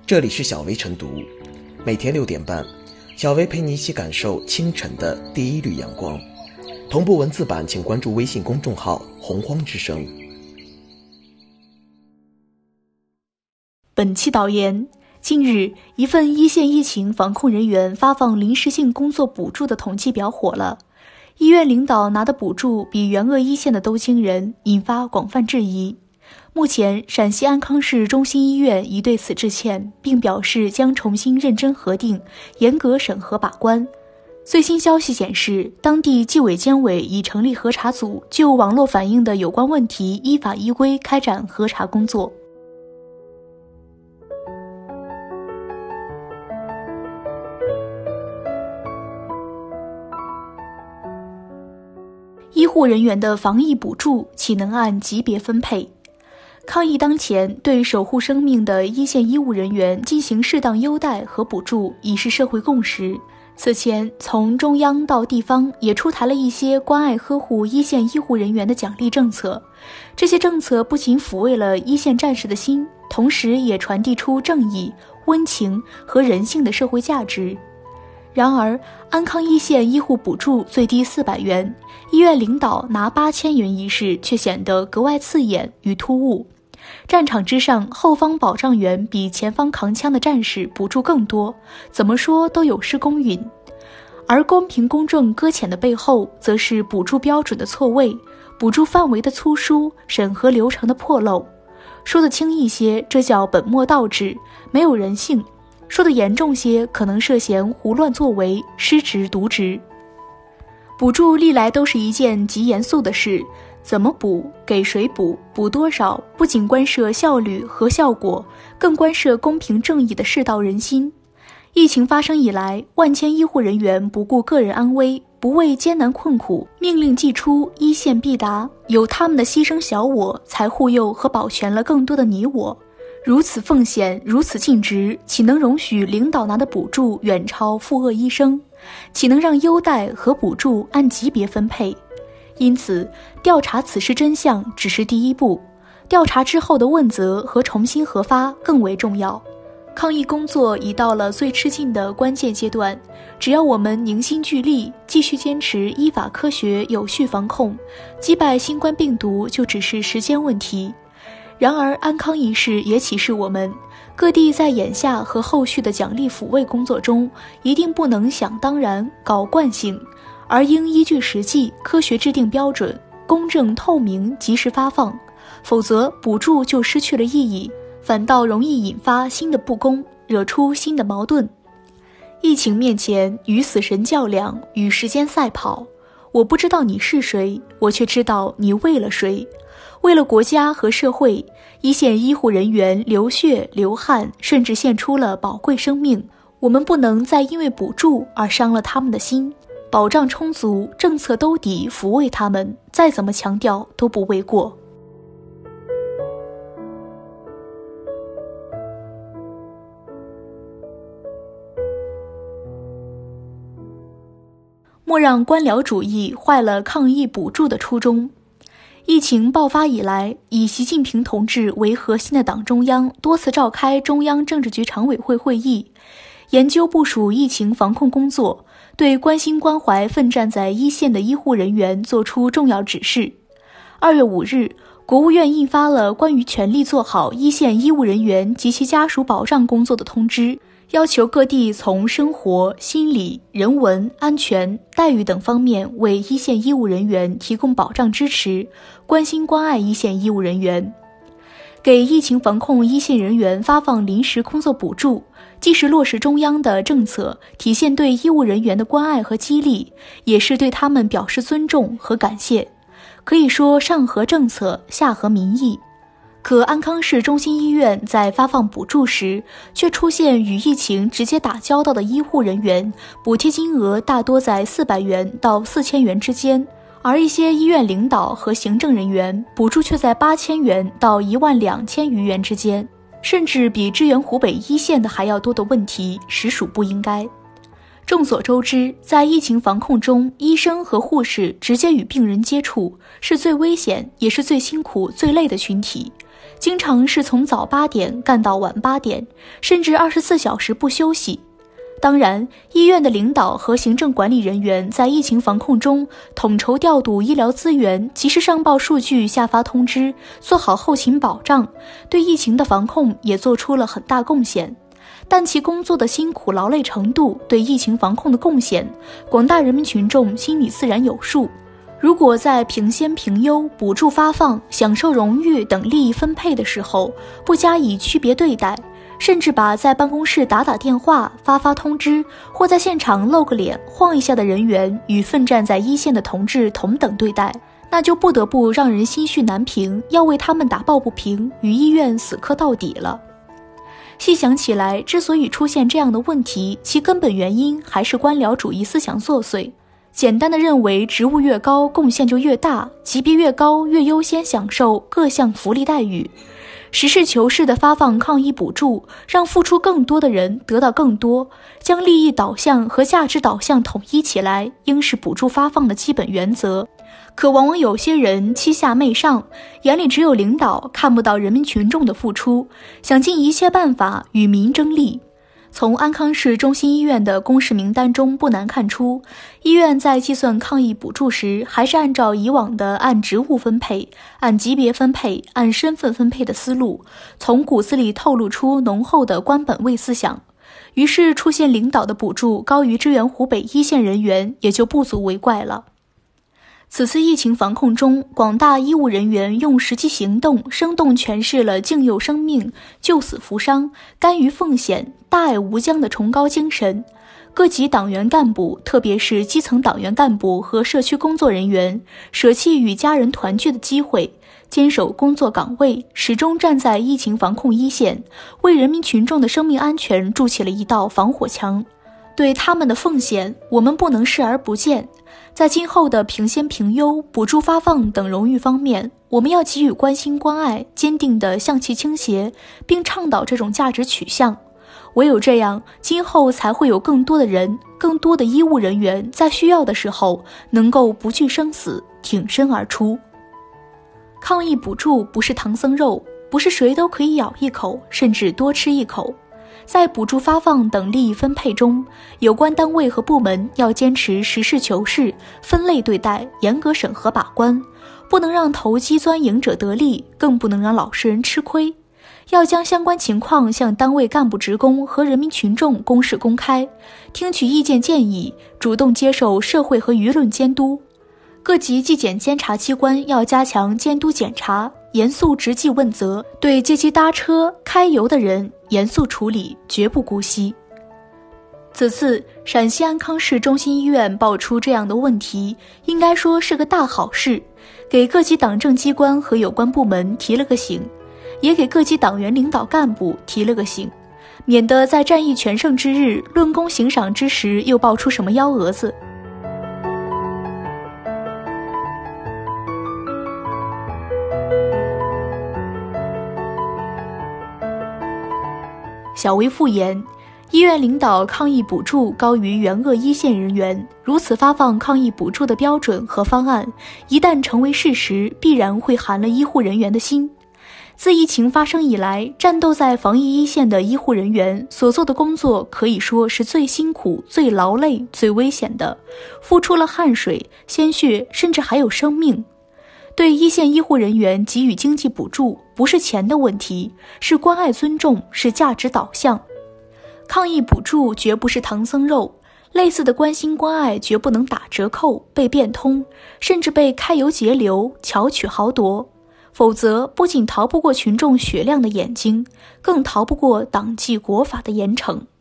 这里是小薇晨读，每天6点半，小薇陪你一起感受清晨的第一缕阳光。同步文字版请关注微信公众号洪荒之声。 本期导言：近日，一份一线疫情防控人员发放临时性工作补助的统计表火了。医院领导拿的补助比援鄂一线的都惊人，引发广泛质疑。目前，陕西安康市中心医院已对此致歉，并表示将重新认真核定，严格审核把关。最新消息显示，当地纪委监委已成立核查组，就网络反映的有关问题依法依规开展核查工作。医护人员的防疫补助岂能按级别分配？抗疫当前，对守护生命的一线医务人员进行适当优待和补助已是社会共识。此前，从中央到地方也出台了一些关爱呵护一线医护人员的奖励政策。这些政策不仅抚慰了一线战士的心，同时也传递出正义、温情和人性的社会价值。然而，安康一线医护补助最低400元，医院领导拿8000元一事却显得格外刺眼与突兀。战场之上，后方保障员比前方扛枪的战士补助更多，怎么说都有失公允。而公平公正搁浅的背后，则是补助标准的错位、补助范围的粗疏、审核流程的破漏。说得轻一些，这叫本末倒置，没有人性；说得严重些，可能涉嫌胡乱作为、失职渎职。补助历来都是一件极严肃的事，怎么补，给谁补，补多少，不仅关涉效率和效果，更关涉公平正义的世道人心。疫情发生以来，万千医护人员不顾个人安危，不畏艰难困苦，命令既出，一线必达，有他们的牺牲小我，才护佑和保全了更多的你我。如此奉献，如此尽职，岂能容许领导拿的补助远超负荷医生？岂能让优待和补助按级别分配？因此，调查此事真相只是第一步，调查之后的问责和重新核发更为重要。抗疫工作已到了最吃劲的关键阶段，只要我们凝心聚力，继续坚持依法科学有序防控，击败新冠病毒就只是时间问题。然而，安康一事也启示我们，各地在眼下和后续的奖励抚慰工作中，一定不能想当然、搞惯性，而应依据实际，科学制定标准，公正透明，及时发放，否则补助就失去了意义，反倒容易引发新的不公，惹出新的矛盾。疫情面前，与死神较量，与时间赛跑。我不知道你是谁，我却知道你为了谁。为了国家和社会，一线医护人员流血流汗，甚至献出了宝贵生命。我们不能再因为补助而伤了他们的心。保障充足，政策兜底，抚慰他们，再怎么强调都不为过。莫让官僚主义坏了抗疫补助的初衷。疫情爆发以来，以习近平同志为核心的党中央多次召开中央政治局常委会会议，研究部署疫情防控工作，对关心关怀奋战在一线的医护人员作出重要指示。2月5日，国务院印发了关于全力做好一线医务人员及其家属保障工作的通知，要求各地从生活、心理、人文、安全、待遇等方面为一线医务人员提供保障支持，关心关爱一线医务人员。给疫情防控一线人员发放临时工作补助，既是落实中央的政策，体现对医务人员的关爱和激励，也是对他们表示尊重和感谢。可以说上合政策，下合民意。可安康市中心医院在发放补助时，却出现与疫情直接打交道的医护人员，补贴金额大多在400元到4000元之间，而一些医院领导和行政人员补助却在8000元到12000余元之间，甚至比支援湖北一线的还要多的问题，实属不应该。众所周知，在疫情防控中，医生和护士直接与病人接触，是最危险也是最辛苦最累的群体。 经常是从早8点干到晚8点，甚至24小时不休息。当然，医院的领导和行政管理人员在疫情防控中统筹调度医疗资源，及时上报数据，下发通知，做好后勤保障，对疫情的防控也做出了很大贡献。但其工作的辛苦劳累程度，对疫情防控的贡献，广大人民群众心里自然有数。如果在评先评优、补助发放、享受荣誉等利益分配的时候不加以区别对待，甚至把在办公室打电话、发通知，或在现场露个脸、晃一下的人员与奋战在一线的同志同等对待，那就不得不让人心绪难平，要为他们打抱不平，与医院死磕到底了。细想起来，之所以出现这样的问题，其根本原因还是官僚主义思想作祟。简单的认为职务越高贡献就越大，级别越高越优先享受各项福利待遇。实事求是地发放抗疫补助，让付出更多的人得到更多，将利益导向和价值导向统一起来，应是补助发放的基本原则。可往往有些人欺下媚上，眼里只有领导，看不到人民群众的付出，想尽一切办法与民争利。从安康市中心医院的公示名单中不难看出，医院在计算抗疫补助时，还是按照以往的按职务分配、按级别分配、按身份分配的思路，从骨子里透露出浓厚的官本位思想。于是出现领导的补助高于支援湖北一线人员，也就不足为怪了。此次疫情防控中，广大医务人员用实际行动生动诠释了敬佑生命、救死扶伤、甘于奉献、大爱无疆的崇高精神。各级党员干部，特别是基层党员干部和社区工作人员，舍弃与家人团聚的机会，坚守工作岗位，始终站在疫情防控一线，为人民群众的生命安全筑起了一道防火墙。对他们的奉献，我们不能视而不见。在今后的评先评优、补助发放等荣誉方面，我们要给予关心关爱，坚定地向其倾斜，并倡导这种价值取向。唯有这样，今后才会有更多的人、更多的医务人员在需要的时候能够不惧生死，挺身而出。抗疫补助不是唐僧肉，不是谁都可以咬一口，甚至多吃一口。在补助发放等利益分配中，有关单位和部门要坚持实事求是、分类对待，严格审核把关，不能让投机钻营者得利，更不能让老实人吃亏。要将相关情况向单位干部职工和人民群众公示公开，听取意见建议，主动接受社会和舆论监督。各级纪检监察机关要加强监督检查，严肃直纪问责，对借机搭车、揩油的人严肃处理，绝不姑息。此次陕西安康市中心医院爆出这样的问题，应该说是个大好事，给各级党政机关和有关部门提了个醒，也给各级党员领导干部提了个醒，免得在战役全胜之日、论功行赏之时又爆出什么幺蛾子。小微复言，医院领导抗疫补助高于援鄂一线人员，如此发放抗疫补助的标准和方案，一旦成为事实，必然会寒了医护人员的心。自疫情发生以来，战斗在防疫一线的医护人员所做的工作可以说是最辛苦、最劳累、最危险的，付出了汗水、鲜血，甚至还有生命。对一线医护人员给予经济补助，不是钱的问题，是关爱尊重，是价值导向。抗疫补助绝不是唐僧肉，类似的关心关爱绝不能打折扣、被变通，甚至被揩油节流、巧取豪夺。否则不仅逃不过群众雪亮的眼睛，更逃不过党纪国法的严惩。